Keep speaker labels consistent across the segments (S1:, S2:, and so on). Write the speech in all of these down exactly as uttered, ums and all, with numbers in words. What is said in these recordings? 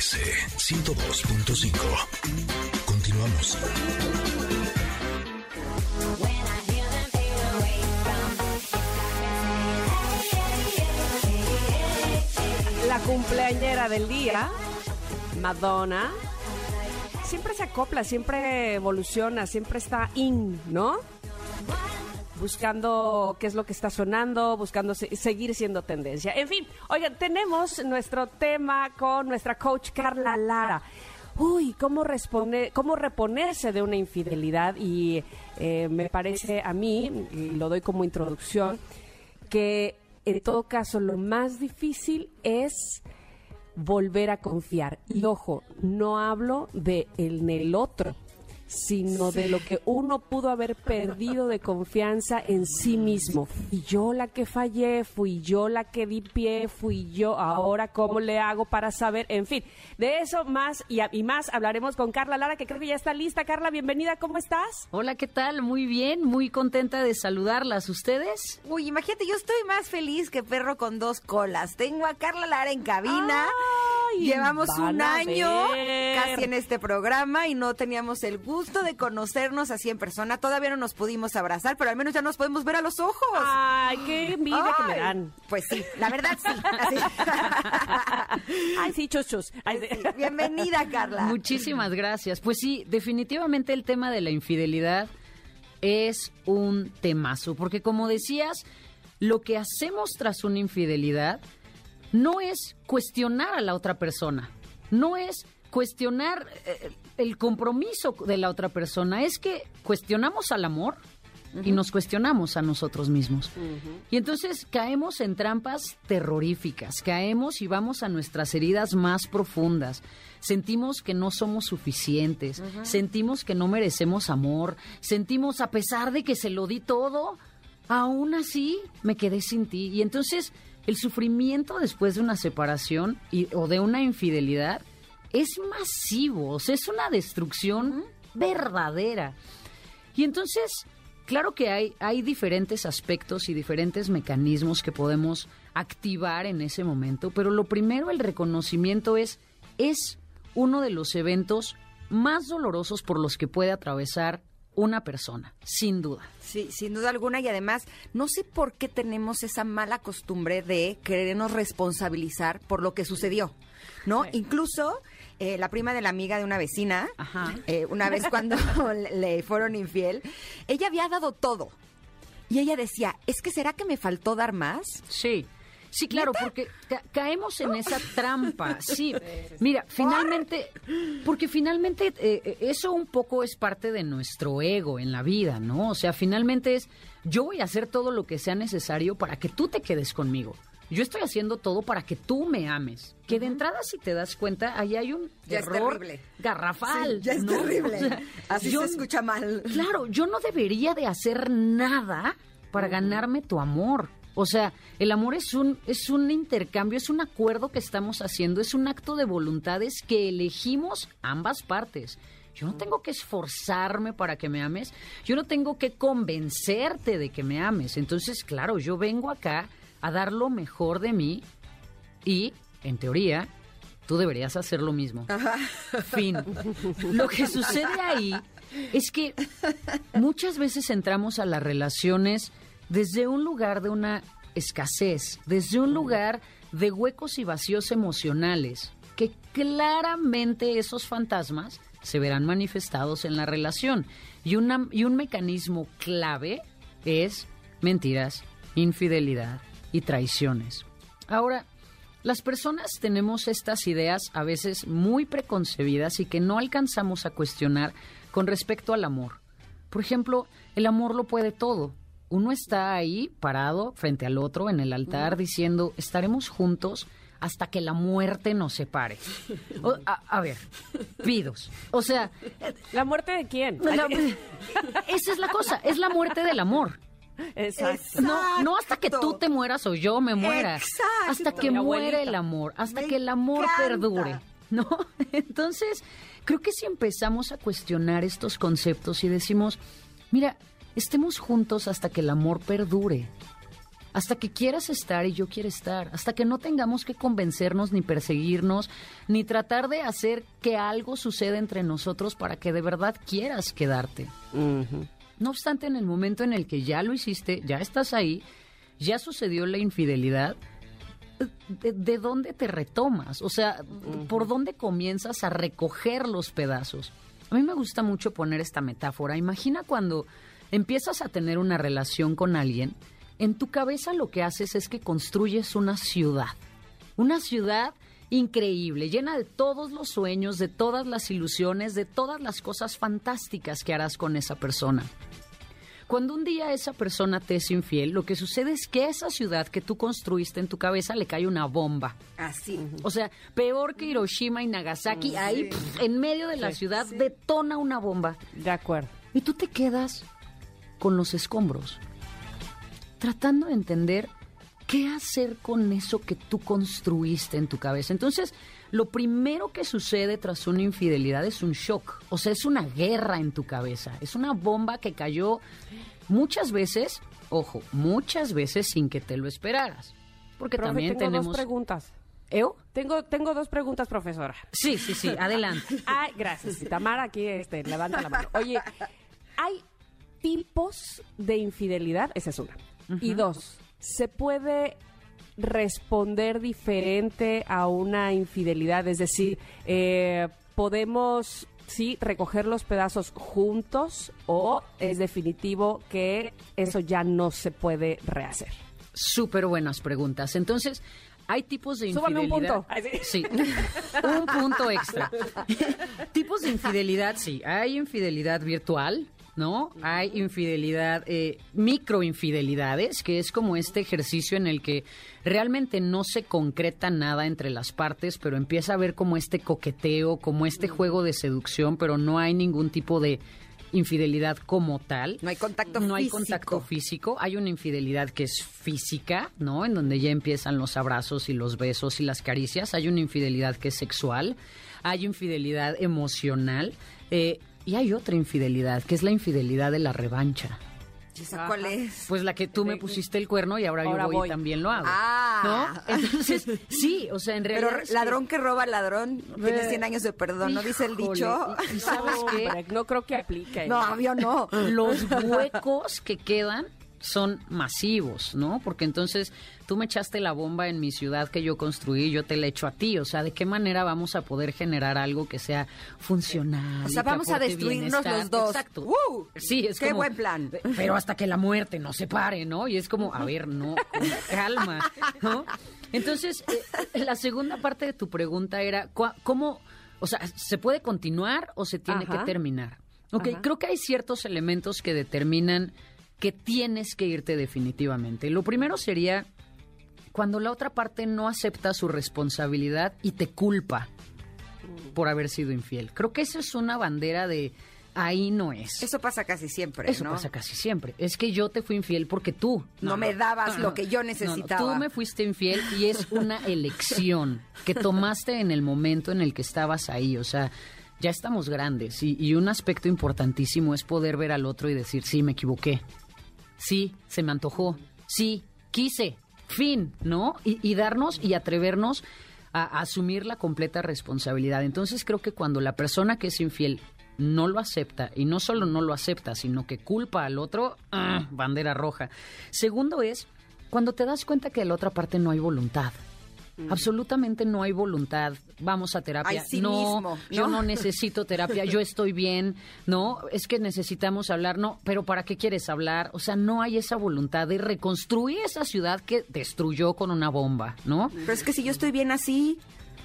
S1: S ciento dos punto cinco. Continuamos.
S2: La cumpleañera del día, Madonna, siempre se acopla, siempre evoluciona, siempre está in, ¿no? Buscando qué es lo que está sonando, buscando se- seguir siendo tendencia. En fin, oigan, tenemos nuestro tema con nuestra coach Carla Lara. Uy, cómo responde, cómo reponerse de una infidelidad, y eh, me parece a mí, y lo doy como introducción, que en todo caso lo más difícil es volver a confiar. Y ojo, no hablo de en el otro, sino de lo que uno pudo haber perdido de confianza en sí mismo. Fui yo la que fallé, fui yo la que di pie, fui yo. Ahora, ¿cómo le hago para saber? En fin, de eso más y, a- y más hablaremos con Carla Lara, que creo que ya está lista. Carla, bienvenida, ¿cómo estás?
S3: Hola, ¿qué tal? Muy bien, muy contenta de saludarlas. ¿Ustedes?
S4: Uy, imagínate, yo estoy más feliz que perro con dos colas. Tengo a Carla Lara en cabina.
S2: Ay,
S4: Llevamos
S2: van
S4: un
S2: a
S4: año
S2: ver.
S4: casi en este programa y no teníamos el gusto de conocernos así en persona. Todavía no nos pudimos abrazar, pero al menos ya nos podemos ver a los ojos.
S2: Ay, qué envidia que me
S4: Ay,
S2: dan.
S4: Pues sí, la verdad sí. Así.
S2: Ay, sí, chus, chus. Ay, sí.
S4: Sí, bienvenida, Carla.
S3: Muchísimas gracias. Pues sí, definitivamente el tema de la infidelidad es un temazo, porque como decías, lo que hacemos tras una infidelidad no es cuestionar a la otra persona, no es cuestionar eh, el compromiso de la otra persona, es que cuestionamos al amor y nos cuestionamos a nosotros mismos. Y entonces caemos en trampas terroríficas, caemos y vamos a nuestras heridas más profundas. Sentimos que no somos suficientes, sentimos que no merecemos amor, sentimos, a pesar de que se lo di todo, aún así me quedé sin ti. Y entonces el sufrimiento después de una separación y, o de una infidelidad es masivo, o sea, es una destrucción verdadera. Y entonces, claro que hay, hay diferentes aspectos y diferentes mecanismos que podemos activar en ese momento, pero lo primero, el reconocimiento es, es uno de los eventos más dolorosos por los que puede atravesar una persona, sin duda.
S4: Sí, sin duda alguna, y además no sé por qué tenemos esa mala costumbre de querernos responsabilizar por lo que sucedió, ¿no?
S2: Sí.
S4: Incluso eh, la prima de la amiga de una vecina,
S3: Ajá.
S4: eh, una vez cuando le fueron infiel, ella había dado todo y ella decía, ¿es que será que me faltó dar más?
S3: Sí, sí, claro, porque ca- caemos en esa trampa. Sí, mira, finalmente, porque finalmente eh, eso un poco es parte de nuestro ego en la vida, ¿no? O sea, finalmente es, yo voy a hacer todo lo que sea necesario para que tú te quedes conmigo. Yo estoy haciendo todo para que tú me ames. Que de entrada, si te das cuenta, ahí hay un
S4: Ya es
S3: error
S4: terrible.
S3: garrafal.
S4: Sí, ya es
S3: ¿no?
S4: terrible.
S3: O sea,
S4: Así
S3: yo-
S4: se escucha mal.
S3: Claro, yo no debería de hacer nada para ganarme tu amor. O sea, el amor es un es un intercambio, es un acuerdo que estamos haciendo, es un acto de voluntades que elegimos ambas partes. Yo no tengo que esforzarme para que me ames, yo no tengo que convencerte de que me ames. Entonces, claro, yo vengo acá a dar lo mejor de mí y, en teoría, tú deberías hacer lo mismo. Fin. Lo que sucede ahí es que muchas veces entramos a las relaciones desde un lugar de una escasez, desde un lugar de huecos y vacíos emocionales, que claramente esos fantasmas se verán manifestados en la relación. Y, una, y un mecanismo clave es mentiras, infidelidad y traiciones. Ahora, las personas tenemos estas ideas a veces muy preconcebidas y que no alcanzamos a cuestionar con respecto al amor. Por ejemplo, el amor lo puede todo. Uno está ahí parado frente al otro en el altar diciendo, estaremos juntos hasta que la muerte nos separe. O- a, a ver, pidos. O sea,
S2: ¿La muerte de quién?
S3: la- esa es la cosa, es la muerte del amor.
S2: Exacto.
S3: No, no hasta que tú te mueras o yo me muera.
S4: Exacto.
S3: Hasta que
S2: Mi
S3: muere
S2: abuelita.
S3: el amor, hasta
S4: Me
S3: que el amor
S4: encanta.
S3: perdure. ¿No? Entonces, creo que si empezamos a cuestionar estos conceptos y decimos, mira, estemos juntos hasta que el amor perdure. hasta que quieras estar y yo quiera estar, hasta que no tengamos que convencernos ni perseguirnos, ni tratar de hacer que algo suceda entre nosotros para que de verdad quieras quedarte.
S2: Ujú.
S3: No obstante, en el momento en el que ya lo hiciste, ya estás ahí, ya sucedió la infidelidad, ¿de, de dónde te retomas? O sea, uh-huh. ¿por dónde comienzas a recoger los pedazos? A mí me gusta mucho poner esta metáfora. Imagina cuando empiezas a tener una relación con alguien, en tu cabeza lo que haces es que construyes una ciudad. Una ciudad increíble, llena de todos los sueños, de todas las ilusiones, de todas las cosas fantásticas que harás con esa persona. Cuando un día esa persona te es infiel, lo que sucede es que a esa ciudad que tú construiste en tu cabeza le cae una bomba.
S4: Así.
S3: O sea, peor que Hiroshima y Nagasaki,
S4: Sí.
S3: ahí pff, en medio de la
S2: Sí.
S3: ciudad
S4: Sí.
S3: detona una bomba.
S2: De acuerdo.
S3: Y tú te quedas con los escombros, tratando de entender qué hacer con eso que tú construiste en tu cabeza. Entonces, lo primero que sucede tras una infidelidad es un shock. O sea, es una guerra en tu cabeza. Es una bomba que cayó muchas veces, ojo, muchas veces sin que te lo esperaras. Porque
S2: Profe,
S3: también
S2: tengo
S3: tenemos...
S2: dos preguntas.
S3: ¿Eo?
S2: Tengo, tengo dos preguntas, profesora.
S3: Sí, sí, sí, adelante.
S2: Ay, gracias. Y Tamara aquí este, levanta la mano. Oye, ¿hay tipos de infidelidad? Esa es una. Y dos, ¿se puede responder diferente a una infidelidad? Es decir, eh, ¿podemos, sí, recoger los pedazos juntos o es definitivo que eso ya no se puede rehacer?
S3: Súper buenas preguntas. Entonces, hay tipos de
S2: Súbame
S3: infidelidad.
S2: un punto.
S3: Sí, un punto extra. Tipos de infidelidad, sí. Hay infidelidad virtual, ¿no? Hay infidelidad, eh, microinfidelidades, que es como este ejercicio en el que realmente no se concreta nada entre las partes, pero empieza a haber como este coqueteo, como este juego de seducción, pero no hay ningún tipo de infidelidad como tal.
S4: No hay contacto
S3: No hay
S4: físico.
S3: contacto físico. Hay una infidelidad que es física, ¿no? En donde ya empiezan los abrazos y los besos y las caricias. Hay una infidelidad que es sexual. Hay infidelidad emocional. Eh, y hay otra infidelidad, que es la infidelidad de la revancha.
S4: ¿Y esa cuál es?
S3: Pues la que tú me pusiste el cuerno y ahora,
S2: Ahora
S3: yo voy,
S2: voy.
S3: y también lo hago.
S4: Ah.
S3: ¿No? Entonces, sí, o sea, en realidad...
S4: Pero
S3: es que-
S4: ladrón que roba ladrón tiene cien años de perdón, ¿no dice el
S3: Híjole,
S4: dicho?
S3: y- y ¿sabes qué?
S2: Hombre, no creo que aplique.
S4: No, obvio no.
S3: Los huecos que quedan son masivos, ¿no? Porque entonces tú me echaste la bomba en mi ciudad que yo construí, yo te la echo a ti. O sea, ¿de qué manera vamos a poder generar algo que sea funcional?
S4: O sea,
S3: y que
S4: vamos a
S3: aporte
S4: destruirnos
S3: bienestar?
S4: los dos.
S3: Exacto.
S4: ¡Uh!
S3: Sí, es
S4: ¡Qué
S3: como,
S4: buen plan!
S3: Pero hasta que la muerte nos separe, ¿no? Y es como, a ver, no, con calma, ¿no? Entonces, eh, la segunda parte de tu pregunta era, ¿cu- ¿cómo, o sea, se puede continuar o se tiene
S2: Ajá.
S3: que terminar? Ok,
S2: Ajá.
S3: creo que hay ciertos elementos que determinan que tienes que irte definitivamente. Lo primero sería cuando la otra parte no acepta su responsabilidad y te culpa por haber sido infiel. Creo que esa es una bandera de ahí no es.
S4: Eso pasa casi siempre,
S3: Eso
S4: ¿no?
S3: pasa casi siempre. Es que yo te fui infiel porque tú
S4: No me dabas lo que yo necesitaba.
S3: Tú me fuiste infiel y es una elección que tomaste en el momento en el que estabas ahí. O sea, ya estamos grandes y, y un aspecto importantísimo es poder ver al otro y decir, sí, me equivoqué. Sí, se me antojó. Sí, quise. Fin, ¿no? Y, y darnos y atrevernos a, a asumir la completa responsabilidad. Entonces creo que cuando la persona que es infiel no lo acepta, y no solo no lo acepta, sino que culpa al otro, ¡ah! Bandera roja. Segundo es cuando te das cuenta que de la otra parte no hay voluntad. Absolutamente no hay voluntad. Vamos a terapia.
S4: Hay
S3: no,
S4: cinismo, ¿no?
S3: yo no necesito terapia. Yo estoy bien. No, es que necesitamos hablar. No, pero ¿para qué quieres hablar? O sea, no hay esa voluntad de reconstruir esa ciudad que destruyó con una bomba, ¿no?
S4: Pero es que si yo estoy bien así,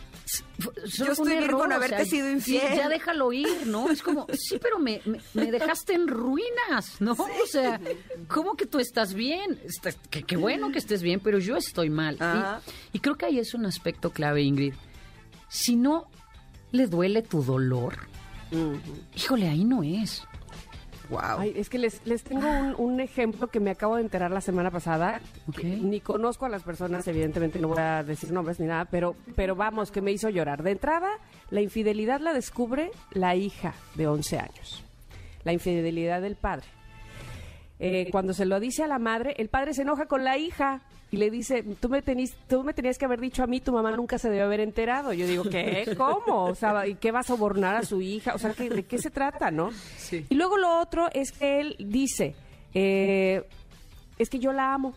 S3: Solo
S4: Yo
S3: fue un
S4: estoy bien
S3: error,
S4: con
S3: o
S4: haberte
S3: sea,
S4: sido
S3: sí,
S4: infiel.
S3: ya déjalo ir, ¿no? Es como, sí, pero me, me, me dejaste en ruinas, ¿no? O sea, ¿cómo que tú estás bien? Está- que, que bueno que estés bien, pero yo estoy mal.
S4: Ajá.
S3: Y, y creo que ahí es un aspecto clave, Ingrid. Si no le duele tu dolor, híjole, ahí no es.
S4: wow.
S2: Ay, es que les, les tengo un, un ejemplo que me acabo de enterar la semana pasada.
S3: Ok.
S2: Que ni conozco a las personas, evidentemente no voy a decir nombres ni nada, pero, pero vamos, que me hizo llorar. De entrada, la infidelidad la descubre la hija de once años. La infidelidad del padre. eh, cuando se lo dice a la madre, el padre se enoja con la hija y le dice, tú me, tenís, tú me tenías que haber dicho a mí, tu mamá nunca se debe haber enterado. Yo digo, ¿qué? ¿Cómo? O sea, ¿y qué va a sobornar a su hija? O sea, ¿qué, ¿de qué se trata, no?
S3: Sí.
S2: Y luego lo otro es que él dice, eh, es que yo la amo,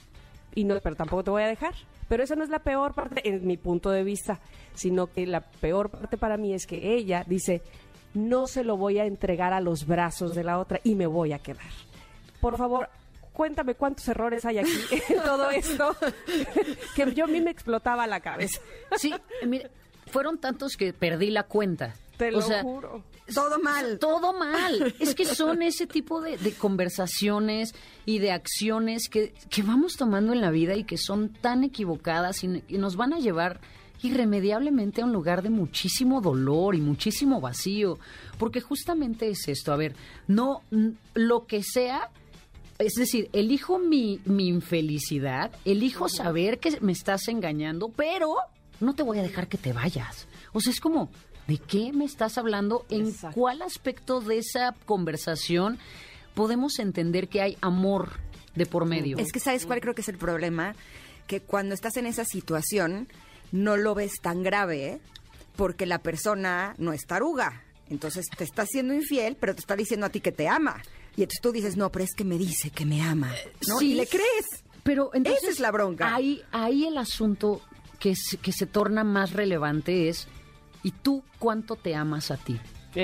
S2: y no, pero tampoco te voy a dejar. Pero esa no es la peor parte, en mi punto de vista, sino que la peor parte para mí es que ella dice, no se lo voy a entregar a los brazos de la otra y me voy a quedar. Por favor, cuéntame cuántos errores hay aquí en todo esto, que yo a mí me explotaba la cabeza.
S3: Sí, mira, fueron tantos que perdí la cuenta.
S2: Te lo
S3: o sea,
S2: juro.
S4: Todo mal.
S3: Todo mal. Es que son ese tipo de, de conversaciones y de acciones que, que vamos tomando en la vida y que son tan equivocadas y, y nos van a llevar irremediablemente a un lugar de muchísimo dolor y muchísimo vacío. Porque justamente es esto, a ver, no, n- lo que sea, es decir, elijo mi, mi infelicidad, elijo saber que me estás engañando, pero no te voy a dejar que te vayas. O sea, es como, ¿de qué me estás hablando? ¿En
S2: Exacto.
S3: cuál aspecto de esa conversación podemos entender que hay amor de por medio?
S4: Es que ¿sabes cuál creo que es el problema? Que cuando estás en esa situación no lo ves tan grave, ¿eh? Porque la persona no es taruga. Entonces te está siendo infiel, pero te está diciendo a ti que te ama. Y entonces tú dices, no, pero es que me dice que me ama, ¿no?
S3: Sí.
S4: Y le crees.
S3: Pero entonces,
S4: Esa es la bronca.
S3: Ahí, ahí el asunto que se, que se torna más relevante es, ¿y tú cuánto te amas a ti?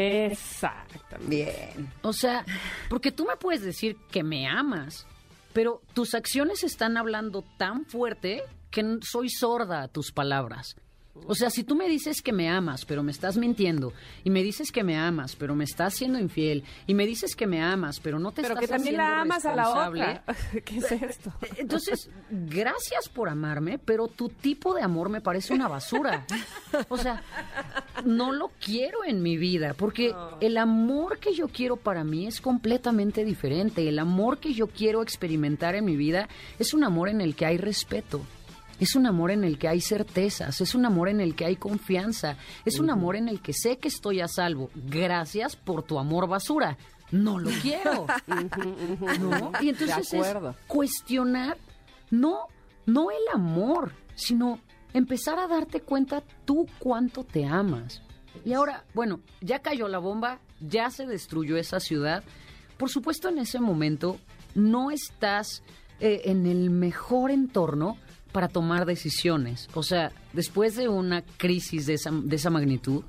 S2: Exactamente.
S4: Bien.
S3: O sea, porque tú me puedes decir que me amas, pero tus acciones están hablando tan fuerte que n- soy sorda a tus palabras. O sea, si tú me dices que me amas, pero me estás mintiendo, y me dices que me amas, pero me estás siendo infiel, y me dices que me amas, pero no te
S2: Pero
S3: estás
S2: que también
S3: haciendo
S2: la amas a la
S3: responsable.
S2: otra. ¿Qué es esto?
S3: Entonces, gracias por amarme, pero tu tipo de amor me parece una basura. O sea, no lo quiero en mi vida, porque el amor que yo quiero para mí es completamente diferente. El amor que yo quiero experimentar en mi vida es un amor en el que hay respeto. Es un amor en el que hay certezas, es un amor en el que hay confianza, es un amor en el que sé que estoy a salvo. Gracias por tu amor basura. No lo quiero. ¿No? Y entonces
S2: De
S3: es
S2: acuerdo.
S3: cuestionar no, no el amor, sino empezar a darte cuenta tú cuánto te amas. Y ahora, bueno, ya cayó la bomba, ya se destruyó esa ciudad. Por supuesto, en ese momento no estás eh, en el mejor entorno para tomar decisiones. O sea, después de una crisis de esa, de esa magnitud,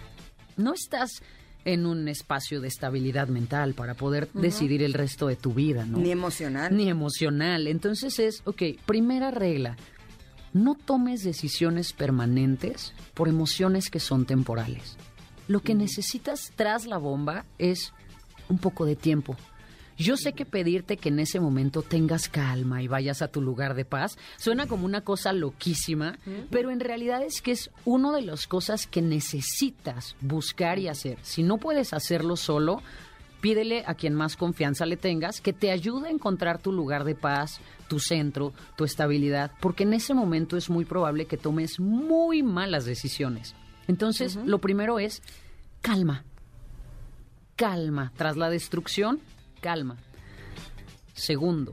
S3: no estás en un espacio de estabilidad mental para poder uh-huh. decidir el resto de tu vida, ¿no?
S4: Ni emocional.
S3: Ni emocional. Entonces es, ok, primera regla, no tomes decisiones permanentes por emociones que son temporales. Lo que uh-huh. necesitas tras la bomba es un poco de tiempo. Yo sé que pedirte que en ese momento tengas calma y vayas a tu lugar de paz suena como una cosa loquísima, uh-huh. pero en realidad es que es una de las cosas que necesitas buscar y hacer. Si no puedes hacerlo solo, pídele a quien más confianza le tengas que te ayude a encontrar tu lugar de paz, tu centro, tu estabilidad, porque en ese momento es muy probable que tomes muy malas decisiones. Entonces, uh-huh. lo primero es calma. Calma. Tras la destrucción, calma. Segundo,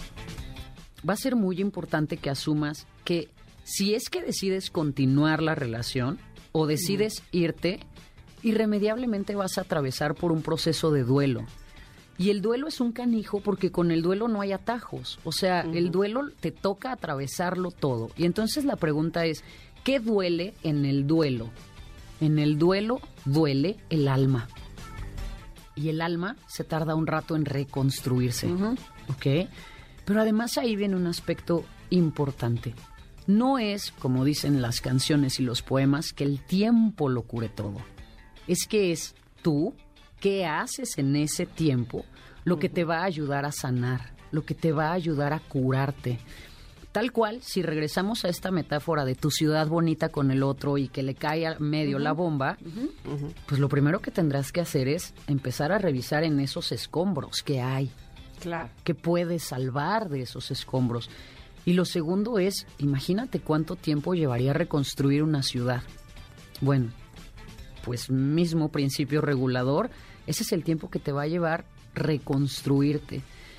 S3: va a ser muy importante que asumas que si es que decides continuar la relación o decides uh-huh. irte, irremediablemente vas a atravesar por un proceso de duelo. Y el duelo es un canijo porque con el duelo no hay atajos. O sea, uh-huh. el duelo te toca atravesarlo todo. Y entonces la pregunta es, ¿qué duele en el duelo? En el duelo duele el alma. Y el alma se tarda un rato en reconstruirse, uh-huh. ¿ok? Pero además ahí viene un aspecto importante. No es, como dicen las canciones y los poemas, que el tiempo lo cure todo. Es que es tú, qué haces en ese tiempo, lo uh-huh. que te va a ayudar a sanar, lo que te va a ayudar a curarte. Tal cual, si regresamos a esta metáfora de tu ciudad bonita con el otro y que le cae a medio uh-huh. la bomba, uh-huh. Uh-huh. pues lo primero que tendrás que hacer es empezar a revisar en esos escombros que hay.
S2: Claro.
S3: ¿Qué puedes salvar de esos escombros? Y lo segundo es, imagínate cuánto tiempo llevaría a reconstruir una ciudad. Bueno, pues mismo principio regulador, ese es el tiempo que te va a llevar reconstruirte.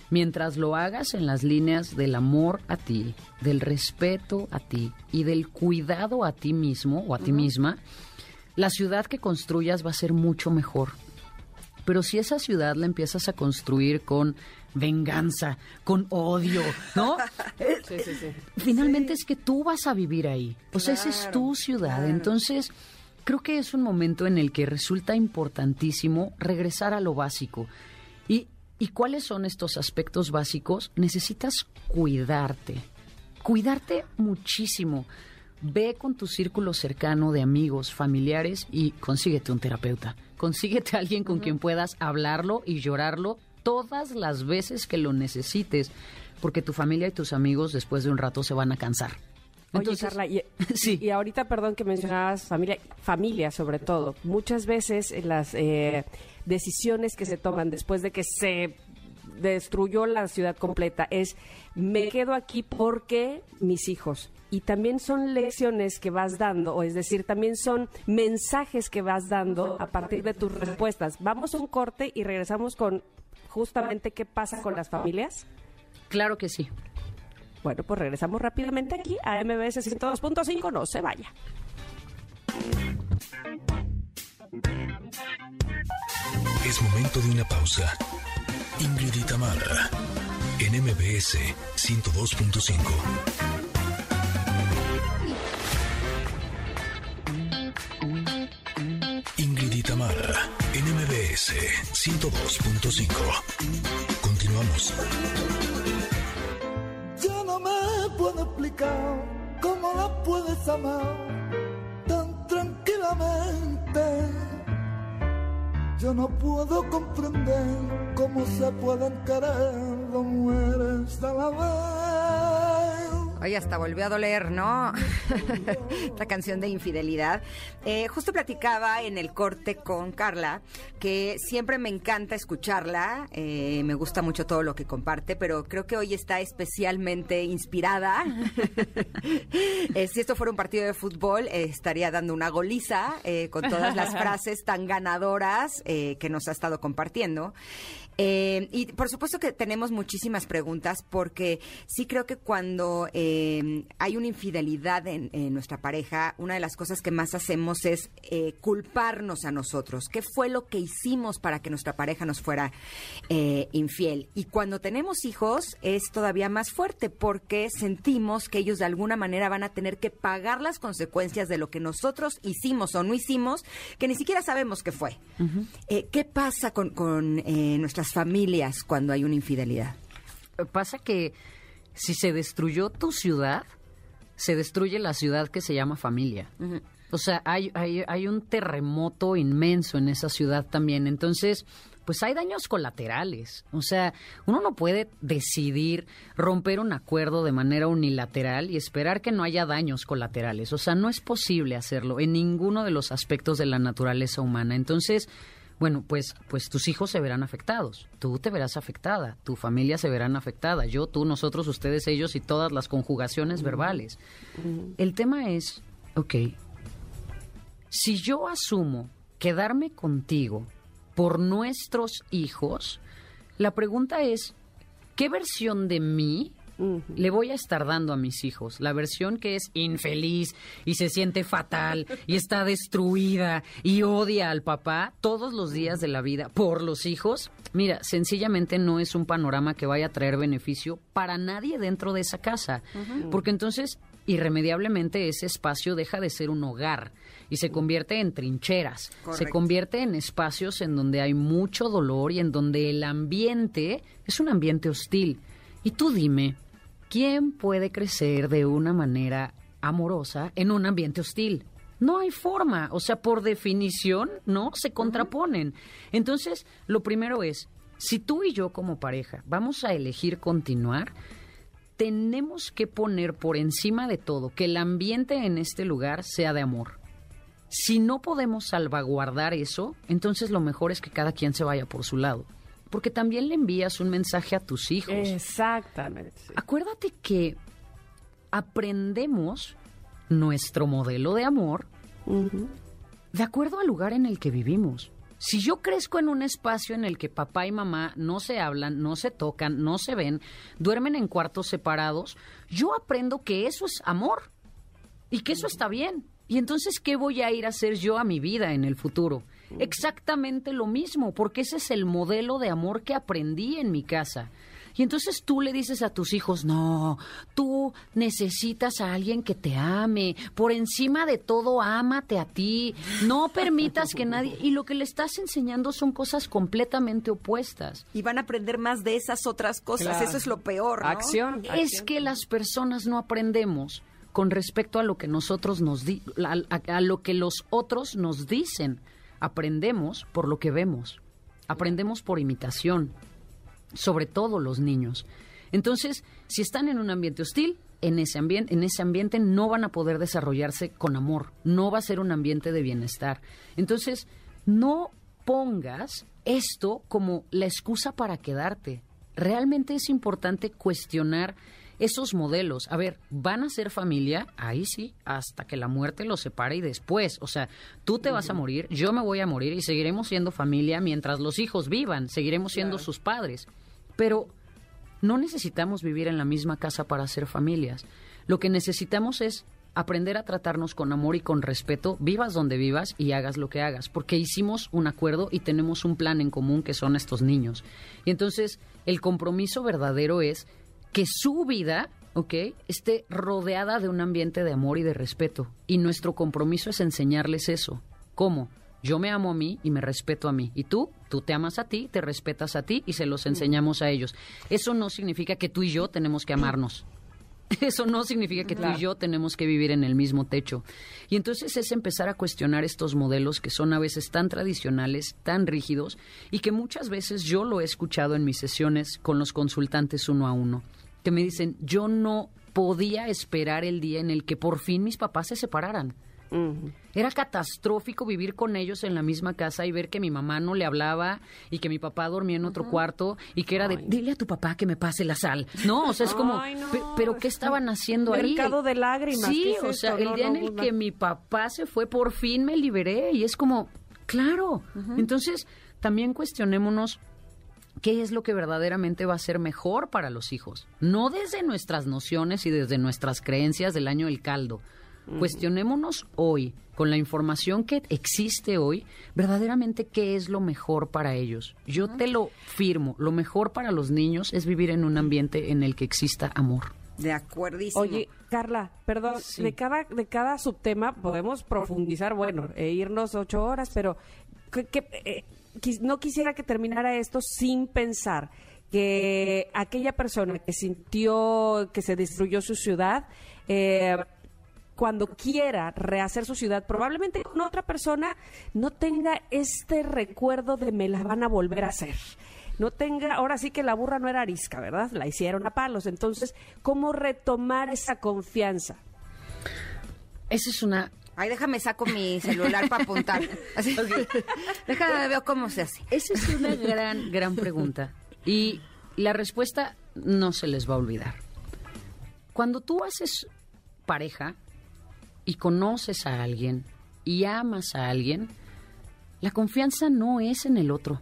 S3: Mientras lo hagas en las líneas del amor a ti, del respeto a ti y del cuidado a ti mismo o a ti misma, la ciudad que construyas va a ser mucho mejor. Pero si esa ciudad la empiezas a construir con venganza, con odio, ¿no?
S2: Sí, sí, sí.
S3: Finalmente sí. Es que tú vas a vivir ahí. O sea, esa es tu ciudad. Claro. Entonces, creo que es un momento en el que resulta importantísimo regresar a lo básico. ¿Y, y cuáles son estos aspectos básicos? Necesitas cuidarte. Cuidarte muchísimo. Ve con tu círculo cercano de amigos, familiares y consíguete un terapeuta. Consíguete a alguien con uh-huh. quien puedas hablarlo y llorarlo todas las veces que lo necesites, porque tu familia y tus amigos después de un rato se van a cansar.
S2: Entonces, oye, Carla, y, sí. y ahorita, perdón que mencionabas familia, familia sobre todo. Muchas veces las eh, decisiones que se toman después de que se destruyó la ciudad completa es, me quedo aquí porque mis hijos. Y también son lecciones que vas dando, o es decir, también son mensajes que vas dando a partir de tus respuestas. Vamos a un corte y regresamos con justamente qué pasa con las familias.
S3: Claro que sí.
S2: Bueno, pues regresamos rápidamente aquí a M B S ciento dos punto cinco. No se vaya.
S1: Es momento de una pausa. Ingrid y Tamara en M B S ciento dos punto cinco. Ingrid y Tamara en M B S ciento dos punto cinco. Continuamos.
S5: Yo no me puedo explicar cómo la puedes amar tan tranquilamente. Yo no puedo comprender cómo se pueden querer dos mujeres a la vez.
S4: Oye, hasta volvió a doler, ¿no? Esta canción de infidelidad. Eh, justo platicaba en el corte con Carla que siempre me encanta escucharla. Eh, me gusta mucho todo lo que comparte, pero creo que hoy está especialmente inspirada. eh, si esto fuera un partido de fútbol, eh, estaría dando una goliza eh, con todas las frases tan ganadoras eh, que nos ha estado compartiendo. Eh, y por supuesto que tenemos muchísimas preguntas, porque sí creo que cuando eh, hay una infidelidad en, en nuestra pareja, una de las cosas que más hacemos es eh, culparnos a nosotros. ¿Qué fue lo que hicimos para que nuestra pareja nos fuera eh, infiel? Y cuando tenemos hijos es todavía más fuerte, porque sentimos que ellos de alguna manera van a tener que pagar las consecuencias de lo que nosotros hicimos o no hicimos, que ni siquiera sabemos qué fue. Uh-huh. Eh, ¿Qué pasa con, con eh, nuestras familias cuando hay una infidelidad?
S3: Pasa que si se destruyó tu ciudad, se destruye la ciudad que se llama familia. Uh-huh. O sea, hay, hay, hay un terremoto inmenso en esa ciudad también. Entonces, pues hay daños colaterales. O sea, uno no puede decidir romper un acuerdo de manera unilateral y esperar que no haya daños colaterales. O sea, no es posible hacerlo en ninguno de los aspectos de la naturaleza humana. Entonces, bueno, pues, pues tus hijos se verán afectados, tú te verás afectada, tu familia se verán afectada, yo, tú, nosotros, ustedes, ellos y todas las conjugaciones verbales. Uh-huh. El tema es, ok, si yo asumo quedarme contigo por nuestros hijos, la pregunta es, ¿qué versión de mí Uh-huh. le voy a estar dando a mis hijos? La versión que es infeliz y se siente fatal y está destruida y odia al papá todos los días de la vida por los hijos. Mira, sencillamente no es un panorama que vaya a traer beneficio para nadie dentro de esa casa. Uh-huh. Porque entonces, irremediablemente, ese espacio deja de ser un hogar y se convierte en trincheras. Correcto. Se convierte en espacios en donde hay mucho dolor y en donde el ambiente es un ambiente hostil. Y tú dime, ¿quién puede crecer de una manera amorosa en un ambiente hostil? No hay forma, o sea, por definición, ¿no? Se contraponen. Entonces, lo primero es, si tú y yo como pareja vamos a elegir continuar, tenemos que poner por encima de todo que el ambiente en este lugar sea de amor. Si no podemos salvaguardar eso, entonces lo mejor es que cada quien se vaya por su lado. Porque también le envías un mensaje a tus hijos.
S2: Exactamente. Sí.
S3: Acuérdate que aprendemos nuestro modelo de amor uh-huh. de acuerdo al lugar en el que vivimos. Si yo crezco en un espacio en el que papá y mamá no se hablan, no se tocan, no se ven, duermen en cuartos separados, yo aprendo que eso es amor y que eso está bien. Y entonces, ¿qué voy a ir a hacer yo a mi vida en el futuro? Exactamente lo mismo, porque ese es el modelo de amor que aprendí en mi casa. Y entonces tú le dices a tus hijos, no, tú necesitas a alguien que te ame, por encima de todo, ámate a ti, no permitas que nadie... Y lo que le estás enseñando son cosas completamente opuestas.
S4: Y van a aprender más de esas otras cosas, claro. Eso es lo peor, ¿no?
S2: Acción.
S3: Es
S2: acción.
S3: que las personas no aprendemos con respecto a lo que nosotros nos di- a, a, a lo que los otros nos dicen. Aprendemos por lo que vemos. Aprendemos por imitación. Sobre todo los niños. Entonces, si están en un ambiente hostil, en ese ambiente, en ese ambiente no van a poder desarrollarse con amor. No va a ser un ambiente de bienestar. Entonces, no pongas esto como la excusa para quedarte. Realmente es importante cuestionar esos modelos. A ver, ¿van a ser familia? Ahí sí, hasta que la muerte los separe y después. O sea, tú te vas a morir, yo me voy a morir y seguiremos siendo familia mientras los hijos vivan. Seguiremos siendo claro. sus padres. Pero no necesitamos vivir en la misma casa para ser familias. Lo que necesitamos es aprender a tratarnos con amor y con respeto, vivas donde vivas y hagas lo que hagas. Porque hicimos un acuerdo y tenemos un plan en común que son estos niños. Y entonces, el compromiso verdadero es que su vida, ¿ok?, esté rodeada de un ambiente de amor y de respeto. Y nuestro compromiso es enseñarles eso. ¿Cómo? Yo me amo a mí y me respeto a mí. Y tú, tú te amas a ti, te respetas a ti y se los enseñamos a ellos. Eso no significa que tú y yo tenemos que amarnos. Eso no significa que claro. tú y yo tenemos que vivir en el mismo techo. Y entonces es empezar a cuestionar estos modelos que son a veces tan tradicionales, tan rígidos, y que muchas veces yo lo he escuchado en mis sesiones con los consultantes uno a uno, que me dicen, yo no podía esperar el día en el que por fin mis papás se separaran. Uh-huh. Era catastrófico vivir con ellos en la misma casa y ver que mi mamá no le hablaba y que mi papá dormía en otro uh-huh. cuarto y que era de, dile a tu papá que me pase la sal. No, o sea, es como, Ay, no. pe- pero ¿qué estaban haciendo ahí?
S2: Mercado de lágrimas.
S3: Sí,
S2: es
S3: o sea,
S2: esto?
S3: el
S2: no,
S3: día
S2: no,
S3: en el
S2: no.
S3: que mi papá se fue, por fin me liberé y es como, claro. Uh-huh. Entonces, también cuestionémonos qué es lo que verdaderamente va a ser mejor para los hijos. No desde nuestras nociones y desde nuestras creencias del año del caldo. Uh-huh. Cuestionémonos hoy, con la información que existe hoy, verdaderamente qué es lo mejor para ellos. Yo uh-huh. te lo firmo, lo mejor para los niños es vivir en un ambiente en el que exista amor.
S4: De acuerdísimo.
S2: Oye, Carla, perdón, sí. de cada de cada subtema podemos profundizar, bueno, e irnos ocho horas, pero que, que, eh, quis, no quisiera que terminara esto sin pensar que aquella persona que sintió que se destruyó su ciudad, eh, cuando quiera rehacer su ciudad, probablemente con otra persona, no tenga este recuerdo de me la van a volver a hacer. No tenga, ahora sí que la burra no era arisca, ¿verdad? La hicieron a palos. Entonces, ¿cómo retomar esa confianza?
S3: Esa es una...
S4: Ay, déjame saco mi celular para apuntar. Así, okay. Déjame ver cómo se hace.
S3: Esa es una gran, gran pregunta. Y la respuesta no se les va a olvidar. Cuando tú haces pareja y conoces a alguien y amas a alguien, la confianza no es en el otro.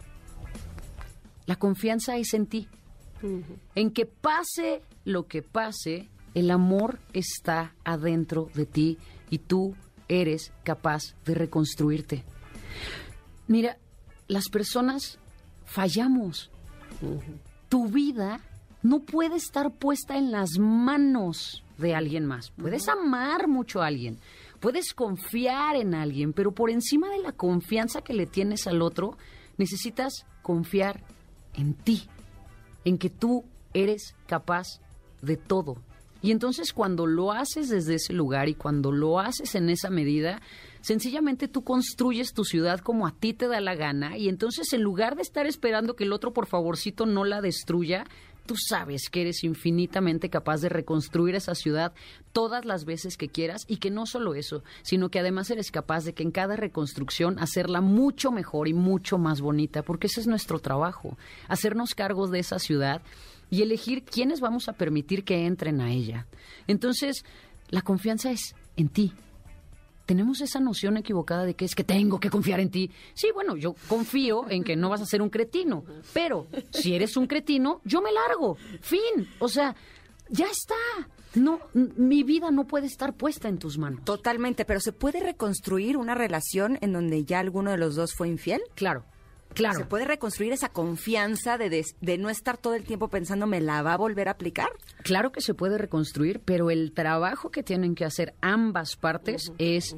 S3: La confianza es en ti. Uh-huh. En que pase lo que pase, el amor está adentro de ti y tú eres capaz de reconstruirte. Mira, las personas fallamos. Uh-huh. Tu vida no puede estar puesta en las manos de alguien más. Puedes uh-huh. amar mucho a alguien, puedes confiar en alguien, pero por encima de la confianza que le tienes al otro, necesitas confiar en ti, en que tú eres capaz de todo. Y entonces cuando lo haces desde ese lugar y cuando lo haces en esa medida, sencillamente tú construyes tu ciudad como a ti te da la gana y entonces en lugar de estar esperando que el otro por favorcito no la destruya, tú sabes que eres infinitamente capaz de reconstruir esa ciudad todas las veces que quieras y que no solo eso, sino que además eres capaz de que en cada reconstrucción hacerla mucho mejor y mucho más bonita, porque ese es nuestro trabajo, hacernos cargos de esa ciudad y elegir quiénes vamos a permitir que entren a ella. Entonces, la confianza es en ti. tenemos esa noción equivocada de que es que tengo que confiar en ti. Sí, bueno, yo confío en que no vas a ser un cretino, pero si eres un cretino, yo me largo. Fin. O sea, ya está. No, n- mi vida no puede estar puesta en tus manos.
S4: Totalmente, pero ¿se puede reconstruir una relación en donde ya alguno de los dos fue infiel?
S3: Claro, claro.
S4: ¿Se puede reconstruir esa confianza de, des- de no estar todo el tiempo pensando, ¿me la va a volver a aplicar?
S3: Claro que se puede reconstruir, pero el trabajo que tienen que hacer ambas partes es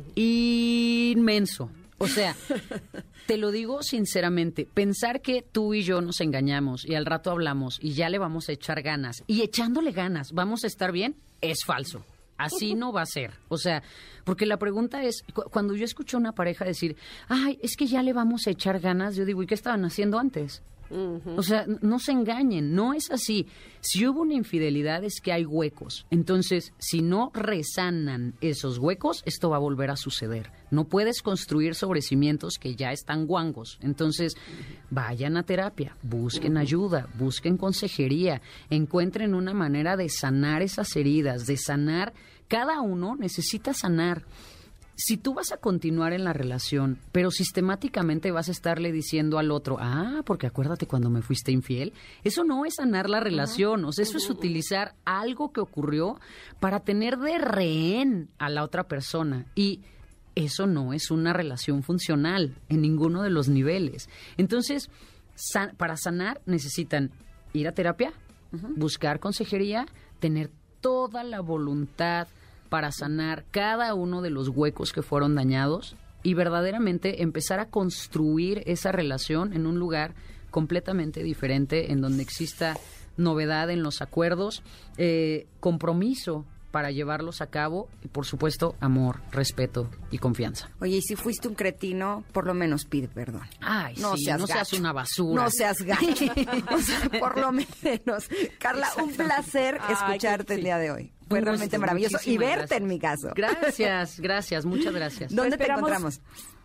S3: inmenso. O sea, te lo digo sinceramente, pensar que tú y yo nos engañamos y al rato hablamos y ya le vamos a echar ganas y echándole ganas vamos a estar bien, es falso. Así no va a ser. O sea, porque la pregunta es, cu- cuando yo escucho a una pareja decir, ay, es que ya le vamos a echar ganas, yo digo, ¿y qué estaban haciendo antes? O sea, n- no se engañen, no es así. Si hubo una infidelidad es que hay huecos. Entonces, si no resanan esos huecos, esto va a volver a suceder. No puedes construir sobre cimientos que ya están guangos. Entonces, vayan a terapia, busquen ayuda, busquen consejería, encuentren una manera de sanar esas heridas, de sanar. Cada uno necesita sanar. Si tú vas a continuar en la relación, pero sistemáticamente vas a estarle diciendo al otro, ah, porque acuérdate cuando me fuiste infiel, eso no es sanar la relación, o sea, eso es utilizar algo que ocurrió para tener de rehén a la otra persona. Y eso no es una relación funcional en ninguno de los niveles. Entonces, san- para sanar necesitan ir a terapia, buscar consejería, tener toda la voluntad para sanar cada uno de los huecos que fueron dañados y verdaderamente empezar a construir esa relación en un lugar completamente diferente, en donde exista novedad en los acuerdos, eh, compromiso para llevarlos a cabo y, por supuesto, amor, respeto y confianza.
S4: Oye, y si fuiste un cretino, por lo menos pide perdón.
S3: Ay,
S4: No
S3: sí,
S4: seas
S3: no seas
S4: gacho.
S3: una basura.
S4: No seas gacho. O sea, por lo menos. Carla, un placer
S2: Ay,
S4: escucharte
S2: que sí.
S4: el día de hoy. Fue
S3: Un
S4: realmente
S3: gusto,
S4: maravilloso. Y
S3: muchísimas
S4: verte
S3: gracias.
S4: en mi caso.
S3: Gracias, gracias, muchas gracias.
S4: ¿Dónde
S2: Te
S4: te
S2: esperamos.
S4: encontramos?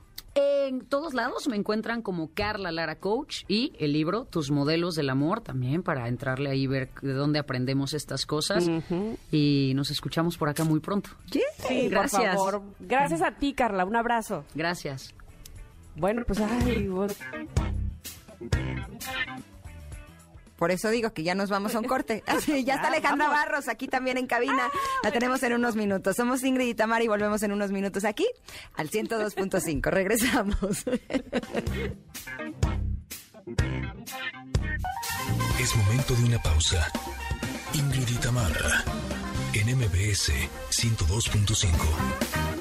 S3: En todos lados me encuentran como Carla Lara Coach y el libro Tus Modelos del Amor también para entrarle ahí y ver de dónde aprendemos estas cosas. Y nos escuchamos por acá muy pronto.
S2: Sí,
S3: Gracias.
S2: por favor. Gracias a ti, Carla. Un abrazo.
S3: Gracias.
S2: Bueno, pues ay, vos-
S4: Por eso digo que ya nos vamos a un corte. Así, ya está Alejandra Barros aquí también en cabina. La tenemos en unos minutos. Somos Ingrid y Tamara y volvemos en unos minutos aquí al ciento dos punto cinco. Regresamos.
S1: Es momento de una pausa. Ingrid y Tamara, en M B S ciento dos punto cinco.